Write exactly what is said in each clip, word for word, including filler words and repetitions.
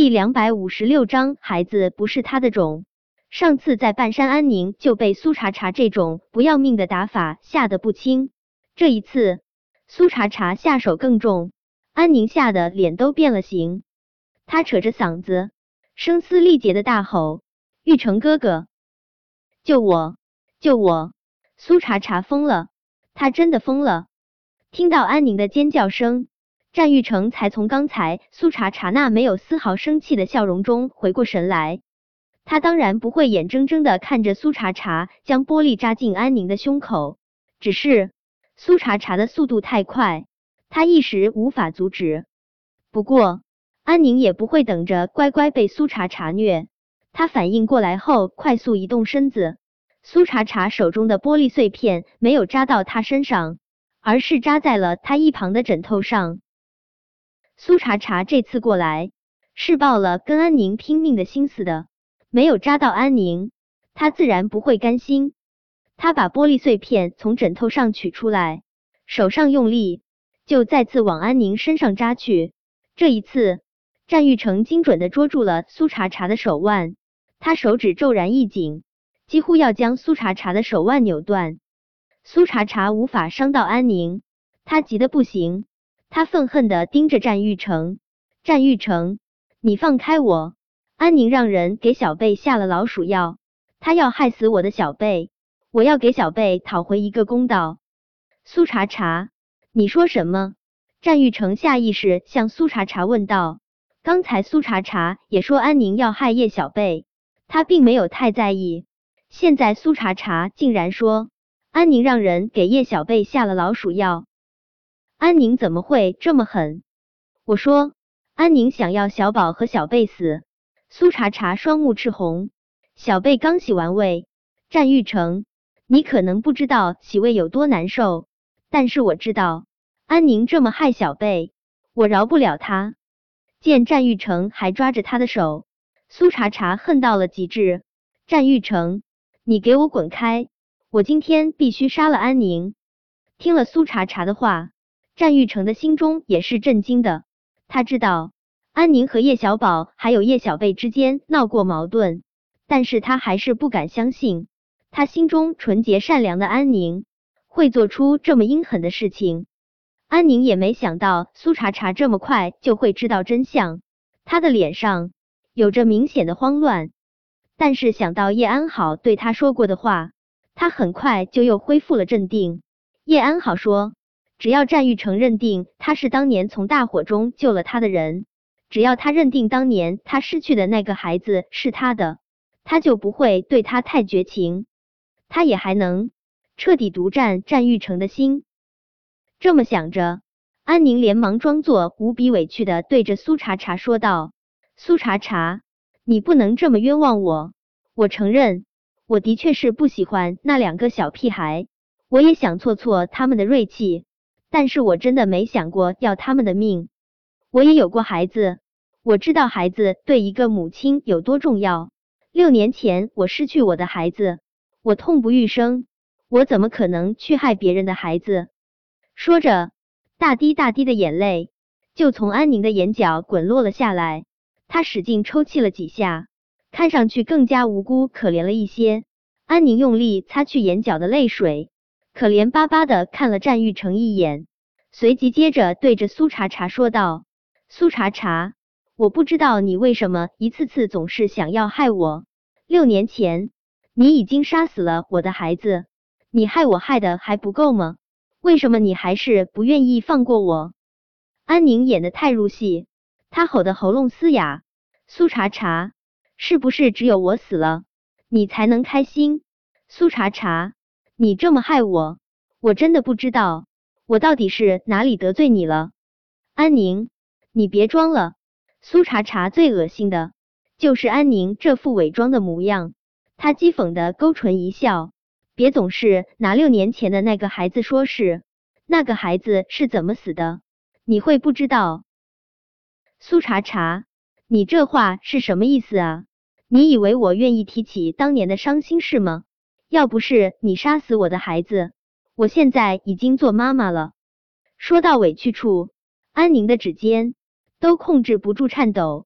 第两百五十六章，孩子不是他的种。上次在半山，安宁就被苏茶茶这种不要命的打法吓得不轻，这一次苏茶茶下手更重，安宁吓得脸都变了形。他扯着嗓子声嘶力竭的大吼：“玉成哥哥，救我！救我！”苏茶茶疯了，他真的疯了。听到安宁的尖叫声，战玉成才从刚才苏茶茶那没有丝毫生气的笑容中回过神来。他当然不会眼睁睁的看着苏茶茶将玻璃扎进安宁的胸口，只是苏茶茶的速度太快，他一时无法阻止。不过安宁也不会等着乖乖被苏茶茶虐，他反应过来后快速移动身子，苏茶茶手中的玻璃碎片没有扎到他身上，而是扎在了他一旁的枕头上。苏茶茶这次过来是抱了跟安宁拼命的心思的，没有扎到安宁，他自然不会甘心。他把玻璃碎片从枕头上取出来，手上用力，就再次往安宁身上扎去。这一次战玉成精准的捉住了苏茶茶的手腕，他手指骤然一紧，几乎要将苏茶茶的手腕扭断。苏茶茶无法伤到安宁，他急得不行，他愤恨的盯着战玉成：“战玉成，你放开我！安宁让人给小贝下了老鼠药，他要害死我的小贝，我要给小贝讨回一个公道。”苏茶茶，你说什么？战玉成下意识向苏茶茶问道。刚才苏茶茶也说安宁要害叶小贝，他并没有太在意，现在苏茶茶竟然说安宁让人给叶小贝下了老鼠药。安宁怎么会这么狠？我说安宁想要小宝和小贝死。苏茶茶双目赤红，小贝刚洗完胃。战玉成，你可能不知道洗胃有多难受，但是我知道，安宁这么害小贝，我饶不了他。见战玉成还抓着他的手，苏茶茶恨到了极致。战玉成，你给我滚开！我今天必须杀了安宁。听了苏茶茶的话，战玉成的心中也是震惊的。他知道安宁和叶小宝还有叶小贝之间闹过矛盾，但是他还是不敢相信，他心中纯洁善良的安宁会做出这么阴狠的事情。安宁也没想到苏茶茶这么快就会知道真相，他的脸上有着明显的慌乱，但是想到叶安好对他说过的话，他很快就又恢复了镇定。叶安好说，只要战玉成认定他是当年从大火中救了他的人，只要他认定当年他失去的那个孩子是他的，他就不会对他太绝情，他也还能彻底独占战玉成的心。这么想着，安宁连忙装作无比委屈的对着苏茶茶说道：“苏茶茶，你不能这么冤枉我。我承认，我的确是不喜欢那两个小屁孩，我也想挫挫他们的锐气，但是我真的没想过要他们的命。我也有过孩子，我知道孩子对一个母亲有多重要。六年前我失去我的孩子，我痛不欲生，我怎么可能去害别人的孩子？”说着，大滴大滴的眼泪就从安宁的眼角滚落了下来，她使劲抽泣了几下，看上去更加无辜可怜了一些。安宁用力擦去眼角的泪水，可怜巴巴的看了战玉成一眼，随即接着对着苏茶茶说道：“苏茶茶，我不知道你为什么一次次总是想要害我。六年前，你已经杀死了我的孩子，你害我害的还不够吗？为什么你还是不愿意放过我？”安宁演得太入戏，她吼得喉咙嘶哑：“苏茶茶，是不是只有我死了，你才能开心？苏茶茶，你这么害我，我真的不知道我到底是哪里得罪你了。”安宁，你别装了。苏茶茶最恶心的就是安宁这副伪装的模样，她讥讽的勾唇一笑。别总是拿六年前的那个孩子说事，那个孩子是怎么死的，你会不知道？苏茶茶，你这话是什么意思啊？你以为我愿意提起当年的伤心事吗？要不是你杀死我的孩子，我现在已经做妈妈了。说到委屈处，安宁的指尖都控制不住颤抖。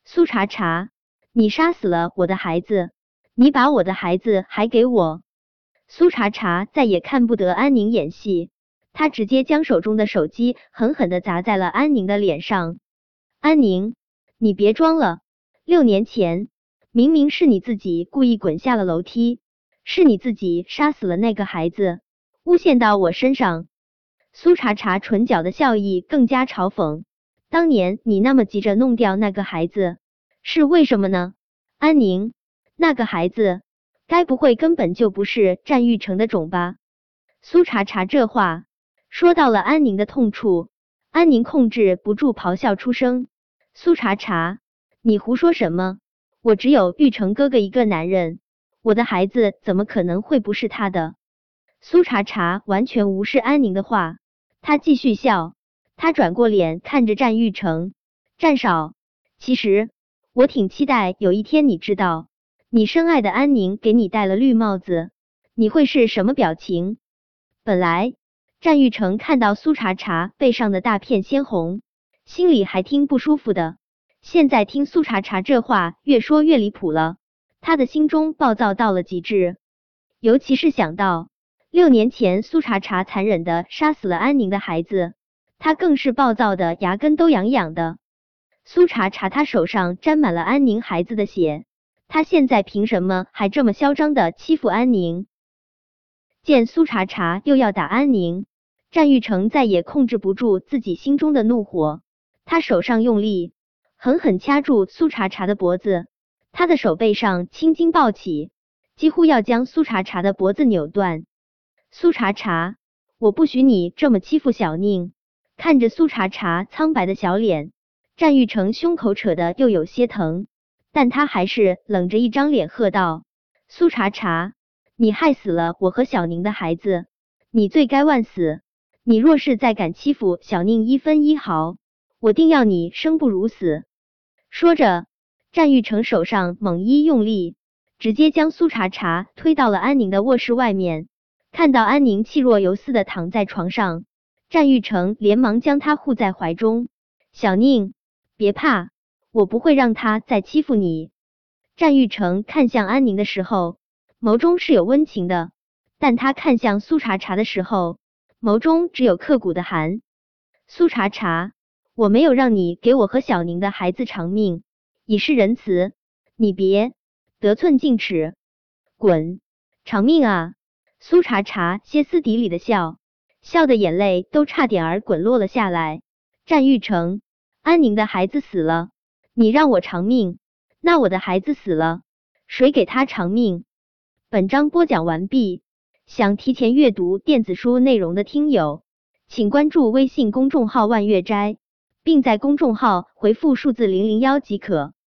苏茶茶，你杀死了我的孩子，你把我的孩子还给我。苏茶茶再也看不得安宁演戏，他直接将手中的手机狠狠地砸在了安宁的脸上。安宁，你别装了，六年前明明是你自己故意滚下了楼梯，是你自己杀死了那个孩子，诬陷到我身上。苏茶茶唇角的笑意更加嘲讽，当年你那么急着弄掉那个孩子，是为什么呢？安宁，那个孩子该不会根本就不是战玉成的种吧？苏茶茶这话说到了安宁的痛处，安宁控制不住咆哮出声。苏茶茶，你胡说什么？我只有玉成哥哥一个男人，我的孩子怎么可能会不是他的？苏茶茶完全无视安宁的话，他继续笑，他转过脸看着战玉成，战少，其实我挺期待有一天你知道，你深爱的安宁给你戴了绿帽子，你会是什么表情？本来战玉成看到苏茶茶背上的大片鲜红，心里还挺不舒服的，现在听苏茶茶这话越说越离谱了，他的心中暴躁到了极致，尤其是想到六年前苏茶茶残忍的杀死了安宁的孩子，他更是暴躁的牙根都痒痒的。苏茶茶他手上沾满了安宁孩子的血，他现在凭什么还这么嚣张的欺负安宁？见苏茶茶又要打安宁，战玉成再也控制不住自己心中的怒火，他手上用力狠狠掐住苏茶茶的脖子，他的手背上青筋暴起，几乎要将苏茶茶的脖子扭断。苏茶茶，我不许你这么欺负小宁！看着苏茶茶苍白的小脸，战玉成胸口扯得又有些疼，但他还是冷着一张脸喝道：苏茶茶，你害死了我和小宁的孩子，你罪该万死！你若是再敢欺负小宁一分一毫，我定要你生不如死！说着，战玉成手上猛一用力，直接将苏茶茶推到了安宁的卧室外面。看到安宁气若游丝的躺在床上，战玉成连忙将她护在怀中。小宁，别怕，我不会让他再欺负你。战玉成看向安宁的时候，眸中是有温情的，但他看向苏茶茶的时候，眸中只有刻骨的寒。苏茶茶，我没有让你给我和小宁的孩子偿命，以示仁慈，你别得寸进尺。滚！偿命啊！苏茶茶歇斯底里的笑，笑的眼泪都差点儿滚落了下来。战玉成，安宁的孩子死了，你让我偿命，那我的孩子死了，谁给他偿命？本章播讲完毕，想提前阅读电子书内容的听友，请关注微信公众号万月斋，并在公众号回复数字零零一即可。